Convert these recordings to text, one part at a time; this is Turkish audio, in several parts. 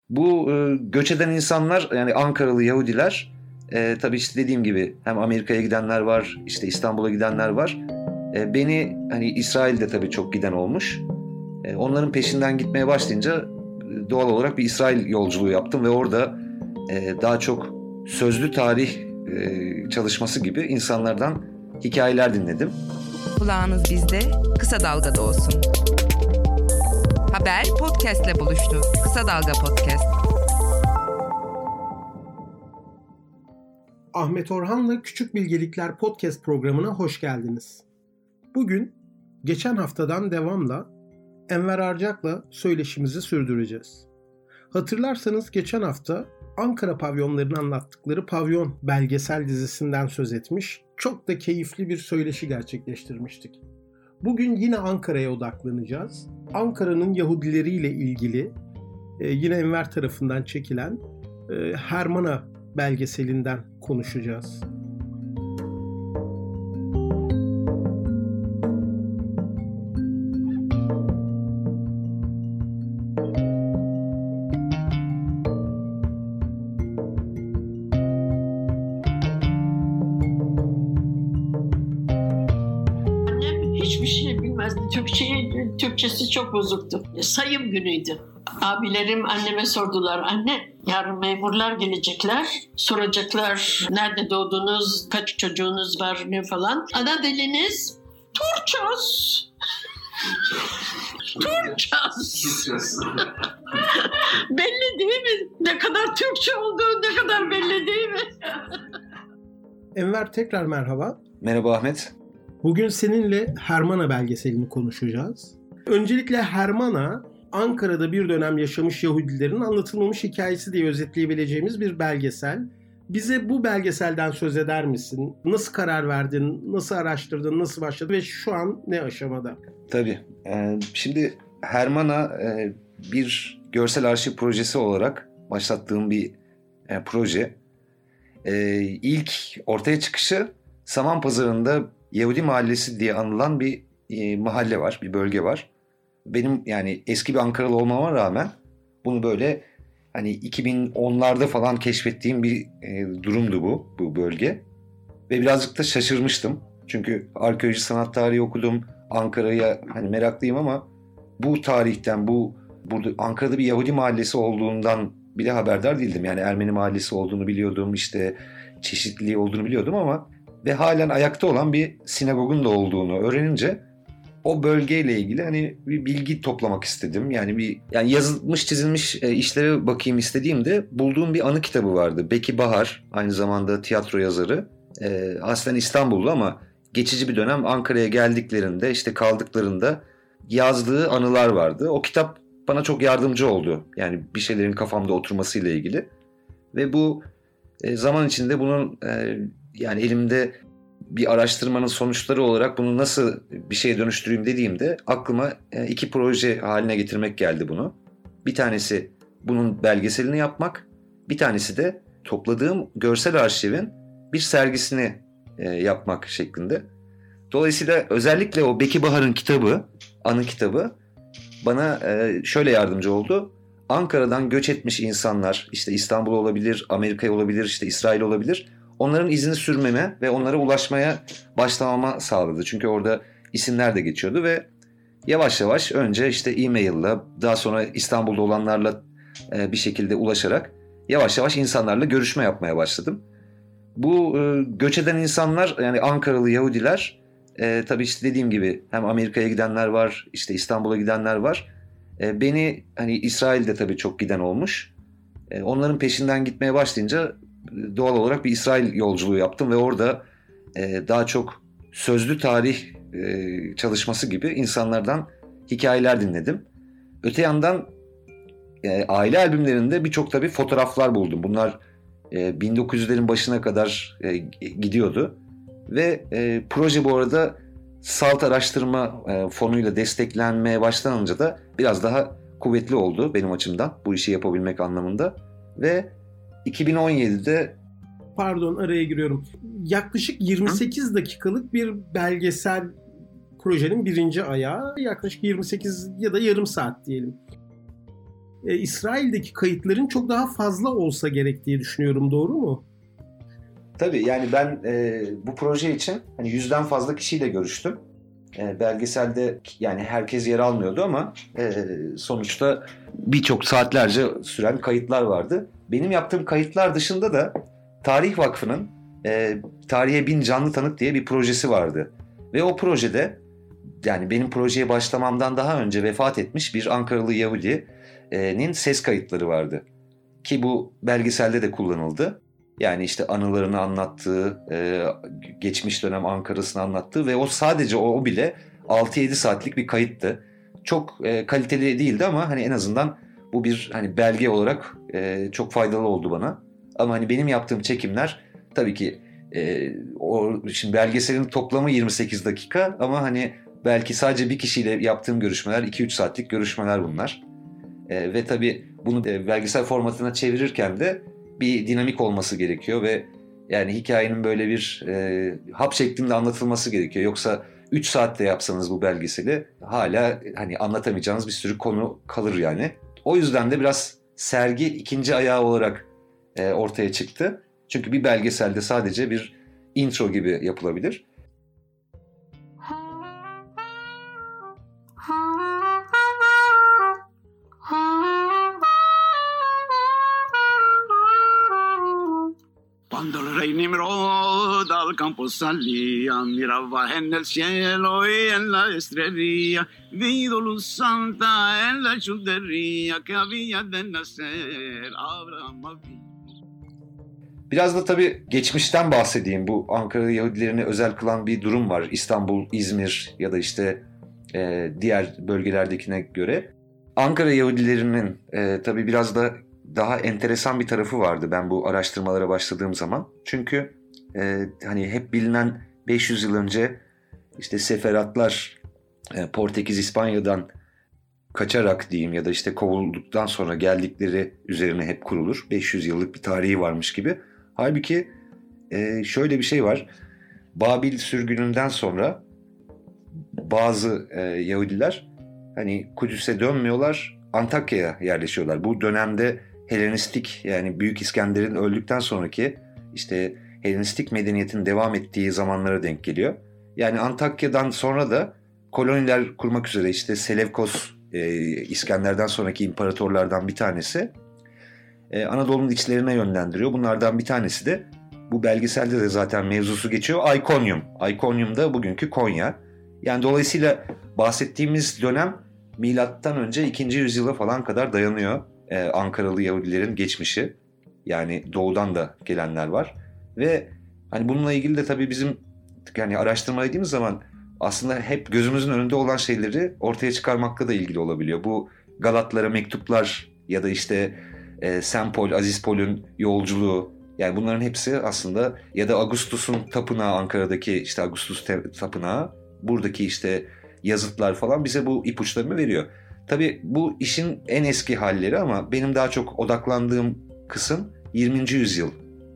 Bu göç eden insanlar, yani Ankaralı Yahudiler, tabii işte dediğim gibi hem Amerika'ya gidenler var, işte İstanbul'a gidenler var. Beni hani İsrail'de tabii çok giden olmuş. Onların peşinden gitmeye başlayınca doğal olarak bir İsrail yolculuğu yaptım ve orada daha çok sözlü tarih çalışması gibi insanlardan hikayeler dinledim. Kulağınız bizde, Kısa Dalga'da olsun. Haber podcast'le buluştu. Kısa Dalga Podcast. Ahmet Orhan'la Küçük Bilgelikler Podcast programına hoş geldiniz. Bugün geçen haftadan devamla Enver Arcak'la söyleşimizi sürdüreceğiz. Hatırlarsanız geçen hafta Ankara pavyonlarını anlattıkları Pavyon belgesel dizisinden söz etmiş, çok da keyifli bir söyleşi gerçekleştirmiştik. Bugün yine Ankara'ya odaklanacağız. Ankara'nın Yahudileriyle ilgili yine Enver tarafından çekilen Hermana belgeselinden konuşacağız. Hiçbir şey bilmezdi. Türkçesi çok bozuktu. Sayım günüydü. Abilerim anneme sordular. Anne, yarın memurlar gelecekler. Soracaklar nerede doğdunuz, kaç çocuğunuz var, ne falan. Ana diliniz Türkçaz. Türkçaz. Belli değil mi? Ne kadar Türkçe olduğu ne kadar belli değil mi? Enver, tekrar merhaba. Merhaba Ahmet. Bugün seninle Hermana belgeselini konuşacağız. Öncelikle Hermana, Ankara'da bir dönem yaşamış Yahudilerin anlatılmamış hikayesi diye özetleyebileceğimiz bir belgesel. Bize bu belgeselden söz eder misin? Nasıl karar verdin, nasıl araştırdın, nasıl başladı ve şu an ne aşamada? Tabii. Şimdi Hermana bir görsel arşiv projesi olarak başlattığım bir proje. İlk ortaya çıkışı Samanpazarı'nda Yahudi Mahallesi diye anılan bir mahalle var, bir bölge var. Benim yani eski bir Ankaralı olmama rağmen bunu böyle hani 2010'larda falan keşfettiğim bir durumdu bu bölge. Ve birazcık da şaşırmıştım. Çünkü arkeoloji sanat tarihi okudum. Ankara'ya hani meraklıyım ama bu tarihten, burada Ankara'da bir Yahudi mahallesi olduğundan bile haberdar değildim. Yani Ermeni mahallesi olduğunu biliyordum, işte çeşitliliği olduğunu biliyordum ama ve halen ayakta olan bir sinagogun da olduğunu öğrenince o bölgeyle ilgili hani bir bilgi toplamak istedim. Yani yazılmış çizilmiş işlere bakayım istediğimde bulduğum bir anı kitabı vardı. Beki Bahar, aynı zamanda tiyatro yazarı. Aslen İstanbullu ama geçici bir dönem Ankara'ya geldiklerinde, işte kaldıklarında yazdığı anılar vardı. O kitap bana çok yardımcı oldu. Yani bir şeylerin kafamda oturmasıyla ilgili. Ve bu zaman içinde bunun yani elimde bir araştırmanın sonuçları olarak bunu nasıl bir şeye dönüştüreyim dediğimde aklıma iki proje haline getirmek geldi bunu. Bir tanesi bunun belgeselini yapmak, bir tanesi de topladığım görsel arşivin bir sergisini yapmak şeklinde. Dolayısıyla özellikle o Beki Bahar'ın kitabı, anı kitabı bana şöyle yardımcı oldu. Ankara'dan göç etmiş insanlar, işte İstanbul olabilir, Amerika olabilir, işte İsrail olabilir. Onların izini sürmeme ve onlara ulaşmaya başlamama sağladı. Çünkü orada isimler de geçiyordu ve yavaş yavaş önce işte e-mail'la, daha sonra İstanbul'da olanlarla bir şekilde ulaşarak yavaş yavaş insanlarla görüşme yapmaya başladım. Bu göç eden insanlar, yani Ankaralı Yahudiler, tabii işte dediğim gibi hem Amerika'ya gidenler var, işte İstanbul'a gidenler var. Beni hani İsrail'de tabii çok giden olmuş. Onların peşinden gitmeye başlayınca doğal olarak bir İsrail yolculuğu yaptım ve orada daha çok sözlü tarih çalışması gibi insanlardan hikayeler dinledim. Öte yandan aile albümlerinde birçok tabii fotoğraflar buldum. Bunlar 1900'lerin başına kadar gidiyordu. Ve proje bu arada SALT araştırma fonuyla desteklenmeye başlanınca da biraz daha kuvvetli oldu benim açımdan bu işi yapabilmek anlamında. Ve 2017'de... Pardon, araya giriyorum. Yaklaşık 28 dakikalık bir belgesel projenin birinci ayağı. Yaklaşık 28 ya da yarım saat diyelim. İsrail'deki kayıtların çok daha fazla olsa gerek diye düşünüyorum. Doğru mu? Tabii yani ben bu proje için hani 100'den fazla kişiyle görüştüm. Belgeselde yani herkes yer almıyordu ama sonuçta birçok saatlerce süren kayıtlar vardı. Benim yaptığım kayıtlar dışında da Tarih Vakfı'nın Tarihe Bin Canlı Tanık diye bir projesi vardı. Ve o projede yani benim projeye başlamamdan daha önce vefat etmiş bir Ankaralı Yahudi'nin ses kayıtları vardı. Ki bu belgeselde de kullanıldı. Yani işte anılarını anlattığı, geçmiş dönem Ankara'sını anlattığı ve o sadece o bile 6-7 saatlik bir kayıttı. Çok kaliteli değildi ama hani en azından bu bir hani belge olarak çok faydalı oldu bana. Ama hani benim yaptığım çekimler tabii ki şimdi belgeselin toplamı 28 dakika ama hani belki sadece bir kişiyle yaptığım görüşmeler 2-3 saatlik görüşmeler bunlar. Ve tabii bunu belgesel formatına çevirirken de bir dinamik olması gerekiyor ve yani hikayenin böyle bir hap şeklinde anlatılması gerekiyor. Yoksa 3 saatte yapsanız bu belgeseli hala hani anlatamayacağınız bir sürü konu kalır yani. O yüzden de biraz sergi ikinci ayağı olarak ortaya çıktı. Çünkü bir belgeselde sadece bir intro gibi yapılabilir. Cuando el rey Nimrod al campo salía, miraba en el cielo y en la estrella, vido luz santa en la chuldería que había de nacer Abraham'a. Biraz da tabii geçmişten bahsedeyim. Bu Ankara Yahudilerini özel kılan bir durum var. İstanbul, İzmir ya da işte diğer bölgelerdekine göre. Ankara Yahudilerinin tabii biraz da daha enteresan bir tarafı vardı ben bu araştırmalara başladığım zaman. Çünkü hani hep bilinen 500 yıl önce işte seferatlar Portekiz İspanya'dan kaçarak diyeyim ya da işte kovulduktan sonra geldikleri üzerine hep kurulur. 500 yıllık bir tarihi varmış gibi. Halbuki şöyle bir şey var. Babil sürgününden sonra bazı Yahudiler hani Kudüs'e dönmüyorlar, Antakya'ya yerleşiyorlar. Bu dönemde Helenistik yani Büyük İskender'in öldükten sonraki işte Helenistik medeniyetin devam ettiği zamanlara denk geliyor. Yani Antakya'dan sonra da koloniler kurmak üzere işte Selevkos İskender'den sonraki imparatorlardan bir tanesi Anadolu'nun içlerine yönlendiriyor. Bunlardan bir tanesi de bu belgeselde de zaten mevzusu geçiyor. Iconium. Iconium da bugünkü Konya. Yani dolayısıyla bahsettiğimiz dönem milattan önce 2. yüzyıla falan kadar dayanıyor. Ankaralı Yahudilerin geçmişi. Yani doğudan da gelenler var. Ve hani bununla ilgili de tabii bizim yani araştırma ettiğimiz zaman aslında hep gözümüzün önünde olan şeyleri ortaya çıkarmakla da ilgili olabiliyor. Bu Galatlara mektuplar ya da işte Saint Paul, Aziz Paul'ün yolculuğu yani bunların hepsi aslında ya da Augustus'un tapınağı Ankara'daki işte Augustus tapınağı buradaki işte yazıtlar falan bize bu ipuçlarını veriyor. Tabii bu işin en eski halleri ama benim daha çok odaklandığım kısım 20. yüzyıl.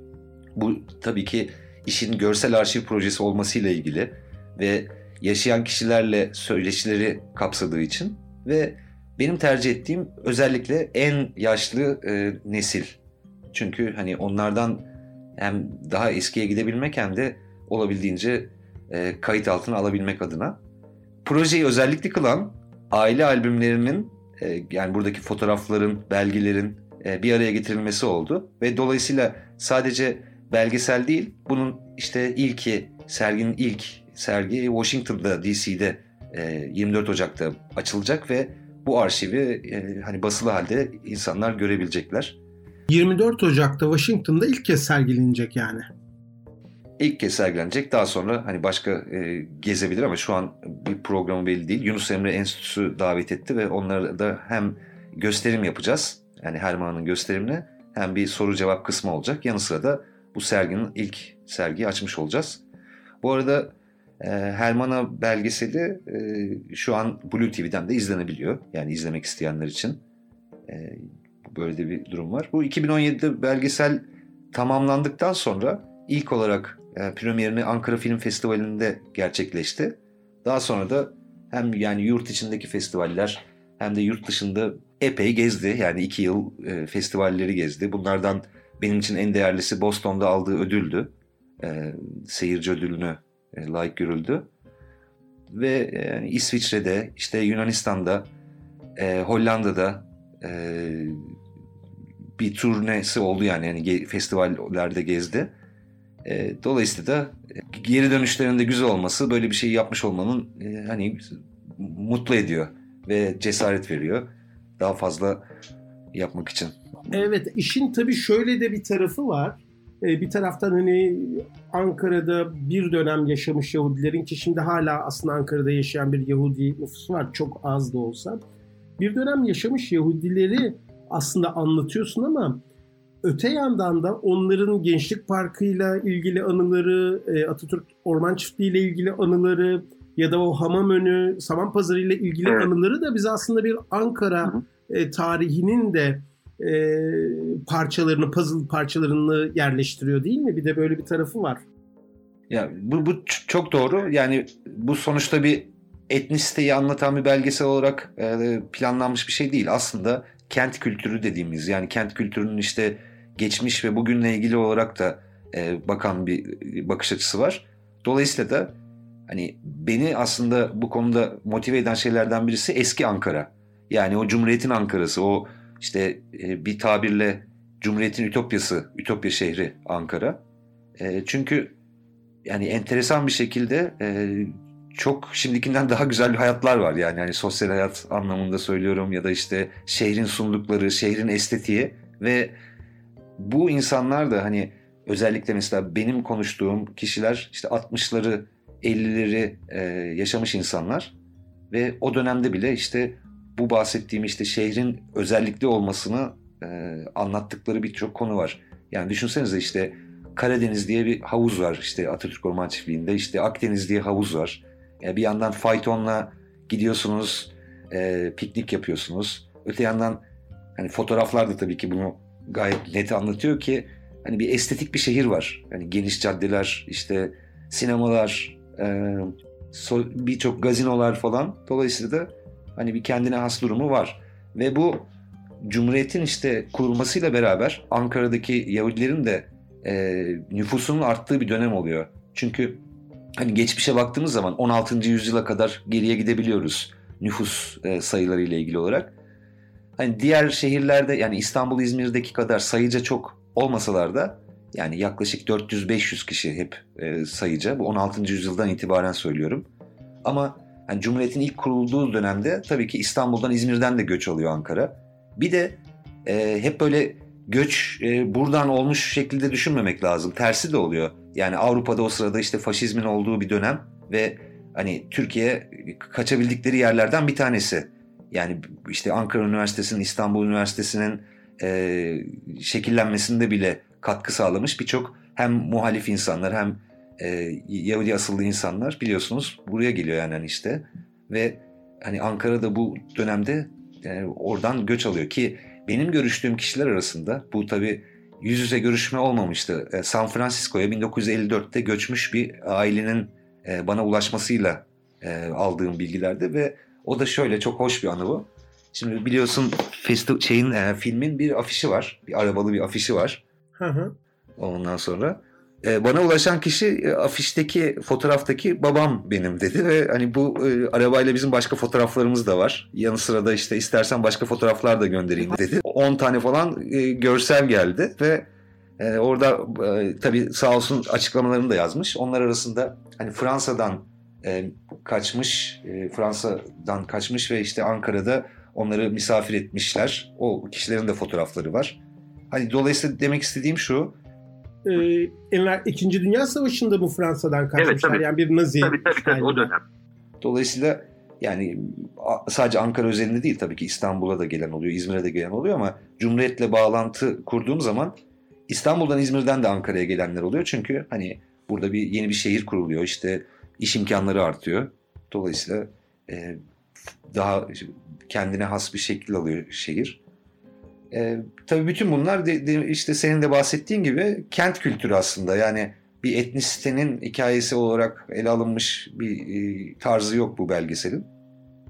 Bu tabii ki işin görsel arşiv projesi olmasıyla ilgili ve yaşayan kişilerle söyleşileri kapsadığı için ve benim tercih ettiğim özellikle en yaşlı nesil. Çünkü hani onlardan hem daha eskiye gidebilmek hem de olabildiğince kayıt altına alabilmek adına. Projeyi özellikle kılan aile albümlerinin yani buradaki fotoğrafların, belgelerin bir araya getirilmesi oldu. Ve dolayısıyla sadece belgesel değil, bunun işte serginin ilk sergi Washington'da, DC'de 24 Ocak'ta açılacak ve bu arşivi hani basılı halde insanlar görebilecekler. 24 Ocak'ta Washington'da ilk kez sergilenecek yani. İlk kez sergilenecek. Daha sonra hani başka gezebilir ama şu an bir programı belli değil. Yunus Emre Enstitüsü davet etti ve onlara da hem gösterim yapacağız. Yani Hermanna'nın gösterimini hem bir soru cevap kısmı olacak. Yanı sıra da bu serginin ilk sergiyi açmış olacağız. Bu arada Hermanna belgeseli şu an Blue TV'den de izlenebiliyor. Yani izlemek isteyenler için böyle de bir durum var. Bu 2017'de belgesel tamamlandıktan sonra ilk olarak premierini Ankara Film Festivali'nde gerçekleşti. Daha sonra da hem yani yurt içindeki festivaller hem de yurt dışında epey gezdi. Yani 2 yıl festivalleri gezdi. Bunlardan benim için en değerlisi Boston'da aldığı ödüldü. Seyirci ödülünü layık görüldü. Ve İsviçre'de, işte Yunanistan'da, Hollanda'da bir turnesi oldu yani festivallerde gezdi. Dolayısıyla da geri dönüşlerinde güzel olması, böyle bir şey yapmış olmanın hani mutlu ediyor ve cesaret veriyor daha fazla yapmak için. Evet, işin tabii şöyle de bir tarafı var. Bir taraftan hani Ankara'da bir dönem yaşamış Yahudilerin, ki şimdi hala aslında Ankara'da yaşayan bir Yahudi nüfusu var, çok az da olsa. Bir dönem yaşamış Yahudileri aslında anlatıyorsun ama öte yandan da onların Gençlik Parkı'yla ilgili anıları, Atatürk Orman Çiftliği ile ilgili anıları ya da o Hamamönü, Samanpazarı ile ilgili anıları da bize aslında bir Ankara tarihinin de parçalarını, puzzle parçalarını yerleştiriyor, değil mi? Bir de böyle bir tarafı var. Ya bu çok doğru. Yani bu sonuçta bir etnisiteyi anlatan bir belgesel olarak planlanmış bir şey değil. Aslında kent kültürü dediğimiz, yani kent kültürünün işte geçmiş ve bugünle ilgili olarak da bakan bir bakış açısı var. Dolayısıyla da hani beni aslında bu konuda motive eden şeylerden birisi eski Ankara. Yani o Cumhuriyet'in Ankara'sı, o işte bir tabirle Cumhuriyet'in ütopyası, ütopya şehri Ankara. Çünkü yani enteresan bir şekilde çok şimdikinden daha güzel hayatlar var. Yani hani sosyal hayat anlamında söylüyorum ya da işte şehrin sundukları, şehrin estetiği ve bu insanlar da hani özellikle mesela benim konuştuğum kişiler işte 60'ları 50'leri yaşamış insanlar ve o dönemde bile işte bu bahsettiğim işte şehrin özellikli olmasını anlattıkları birçok konu var. Yani düşünsenize işte Karadeniz diye bir havuz var işte Atatürk Orman Çiftliği'nde, işte Akdeniz diye havuz var. Yani bir yandan faytonla gidiyorsunuz, piknik yapıyorsunuz. Öte yandan hani fotoğraflar da tabii ki bunu gayet net anlatıyor ki hani bir estetik bir şehir var. Hani geniş caddeler, işte sinemalar, birçok gazinolar falan. Dolayısıyla da hani bir kendine has durumu var. Ve bu Cumhuriyet'in işte kurulmasıyla beraber Ankara'daki Yahudilerin de nüfusunun arttığı bir dönem oluyor. Çünkü hani geçmişe baktığımız zaman 16. yüzyıla kadar geriye gidebiliyoruz nüfus sayıları ile ilgili olarak. Hani diğer şehirlerde, yani İstanbul, İzmir'deki kadar sayıca çok olmasalar da yani yaklaşık 400-500 kişi hep sayıca. Bu 16. yüzyıldan itibaren söylüyorum. Ama yani Cumhuriyet'in ilk kurulduğu dönemde tabii ki İstanbul'dan, İzmir'den de göç alıyor Ankara. Bir de hep böyle göç buradan olmuş şekilde düşünmemek lazım. Tersi de oluyor. Yani Avrupa'da o sırada işte faşizmin olduğu bir dönem ve hani Türkiye kaçabildikleri yerlerden bir tanesi. Yani işte Ankara Üniversitesi'nin, İstanbul Üniversitesi'nin şekillenmesinde bile katkı sağlamış birçok hem muhalif insanlar hem Yahudi asıllı insanlar biliyorsunuz buraya geliyor yani işte. Ve hani Ankara'da bu dönemde oradan göç alıyor ki benim görüştüğüm kişiler arasında bu tabii yüz yüze görüşme olmamıştı. San Francisco'ya 1954'te göçmüş bir ailenin bana ulaşmasıyla aldığım bilgilerde ve o da şöyle, çok hoş bir anı bu. Şimdi biliyorsun filmin bir afişi var. Bir arabalı bir afişi var. Hı. Ondan sonra bana ulaşan kişi afişteki, fotoğraftaki babam benim dedi ve hani bu arabayla bizim başka fotoğraflarımız da var. Yanı sıra da işte istersen başka fotoğraflar da göndereyim dedi. 10 tane falan görsel geldi ve orada tabii sağ olsun açıklamalarını da yazmış. Onlar arasında hani Fransa'dan kaçmış ve işte Ankara'da onları misafir etmişler. O kişilerin de fotoğrafları var. Hani dolayısıyla demek istediğim şu. Enver, 2. Dünya Savaşı'nda mı Fransa'dan kaçmışlar? Evet, yani bir Nazi. Tabii o dönem. Dolayısıyla yani sadece Ankara özelinde değil, tabii ki İstanbul'a da gelen oluyor, İzmir'e de gelen oluyor ama Cumhuriyet'le bağlantı kurduğum zaman İstanbul'dan, İzmir'den de Ankara'ya gelenler oluyor. Çünkü hani burada yeni bir şehir kuruluyor, işte iş imkanları artıyor. Dolayısıyla daha kendine has bir şekil alıyor şehir. Tabii bütün bunlar işte senin de bahsettiğin gibi kent kültürü aslında. Yani bir etnisitenin hikayesi olarak ele alınmış bir tarzı yok bu belgeselin.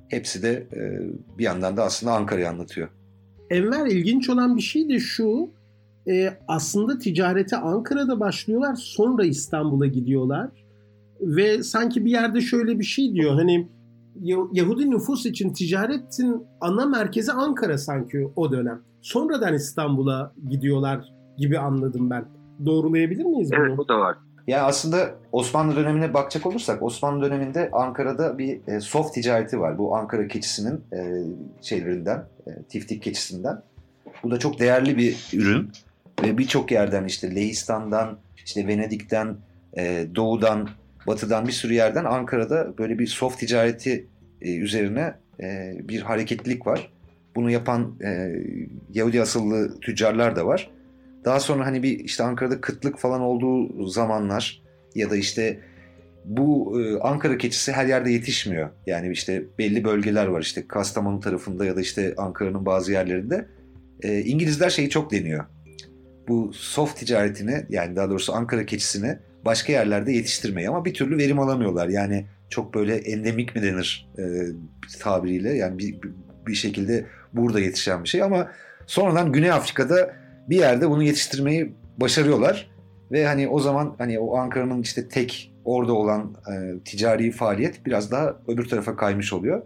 hepsi de bir yandan da aslında Ankara'yı anlatıyor. Enver, ilginç olan bir şey de şu, aslında ticarete Ankara'da başlıyorlar, sonra İstanbul'a gidiyorlar ve sanki bir yerde şöyle bir şey diyor, hani Yahudi nüfus için ticaretin ana merkezi Ankara sanki o dönem. Sonradan İstanbul'a gidiyorlar gibi anladım ben. Doğrulayabilir miyiz bunu? Evet, bu da var. Yani aslında Osmanlı dönemine bakacak olursak, Osmanlı döneminde Ankara'da bir soft ticareti var. Bu Ankara keçisinin şeylerinden, tiftik keçisinden. Bu da çok değerli bir ürün ve birçok yerden, işte Leistan'dan, işte Venedik'ten, doğudan, batıdan bir sürü yerden Ankara'da böyle bir soft ticareti üzerine bir hareketlilik var. Bunu yapan Yahudi asıllı tüccarlar da var. Daha sonra hani bir işte Ankara'da kıtlık falan olduğu zamanlar ya da işte bu Ankara keçisi her yerde yetişmiyor. Yani işte belli bölgeler var, işte Kastamonu tarafında ya da işte Ankara'nın bazı yerlerinde. İngilizler şeyi çok deniyor. Bu soft ticaretini, yani daha doğrusu Ankara keçisini başka yerlerde yetiştirmeyi, ama bir türlü verim alamıyorlar. Yani çok böyle endemik mi denir tabiriyle, yani bir şekilde burada yetişen bir şey, ama sonradan Güney Afrika'da bir yerde bunu yetiştirmeyi başarıyorlar ve hani o zaman hani o Ankara'nın işte tek orada olan ticari faaliyet biraz daha öbür tarafa kaymış oluyor.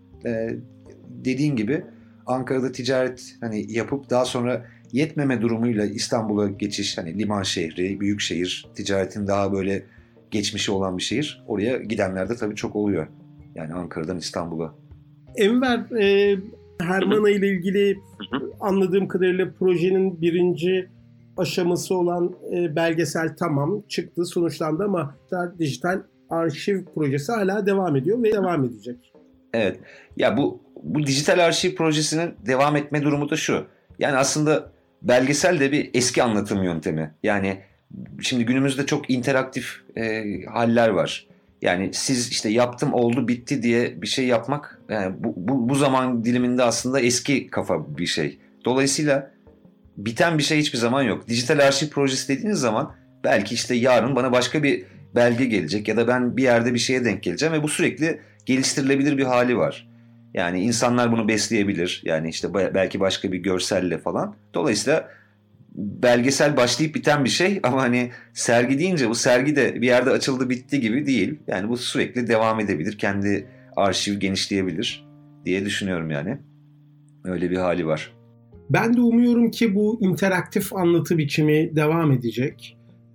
Dediğin gibi Ankara'da ticaret hani yapıp daha sonra yetmeme durumuyla İstanbul'a geçiş, hani liman şehri, büyük şehir, ticaretin daha böyle geçmişi olan bir şehir. Oraya gidenler de tabii çok oluyor. Yani Ankara'dan İstanbul'a. Enver, Hermana ile ilgili anladığım kadarıyla projenin birinci aşaması olan belgesel tamam çıktı, sonuçlandı, ama dijital arşiv projesi hala devam ediyor ve devam edecek. Evet. Ya bu dijital arşiv projesinin devam etme durumu da şu. Yani aslında belgesel de bir eski anlatım yöntemi. Yani şimdi günümüzde çok interaktif haller var. Yani siz işte yaptım oldu bitti diye bir şey yapmak, yani bu zaman diliminde aslında eski kafa bir şey. Dolayısıyla biten bir şey hiçbir zaman yok. Dijital arşiv projesi dediğiniz zaman belki işte yarın bana başka bir belge gelecek ya da ben bir yerde bir şeye denk geleceğim ve bu sürekli geliştirilebilir bir hali var. Yani insanlar bunu besleyebilir. Yani işte belki başka bir görselle falan. Dolayısıyla belgesel başlayıp biten bir şey, ama hani sergi deyince bu sergi de bir yerde açıldı bitti gibi değil. Yani bu sürekli devam edebilir. Kendi arşiv genişleyebilir diye düşünüyorum yani. Öyle bir hali var. Ben de umuyorum ki bu interaktif anlatı biçimi devam edecek.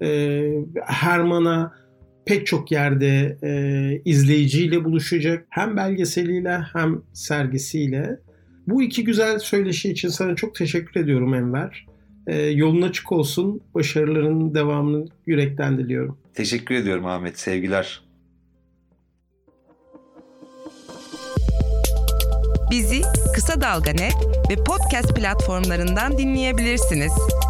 Hermana pek çok yerde izleyiciyle buluşacak. Hem belgeseliyle hem sergisiyle. Bu iki güzel söyleşi için sana çok teşekkür ediyorum Enver. Yolun açık olsun. Başarıların devamını yürekten diliyorum. Teşekkür ediyorum Ahmet. Sevgiler. Bizi Kısa Dalga Net ve podcast platformlarından dinleyebilirsiniz.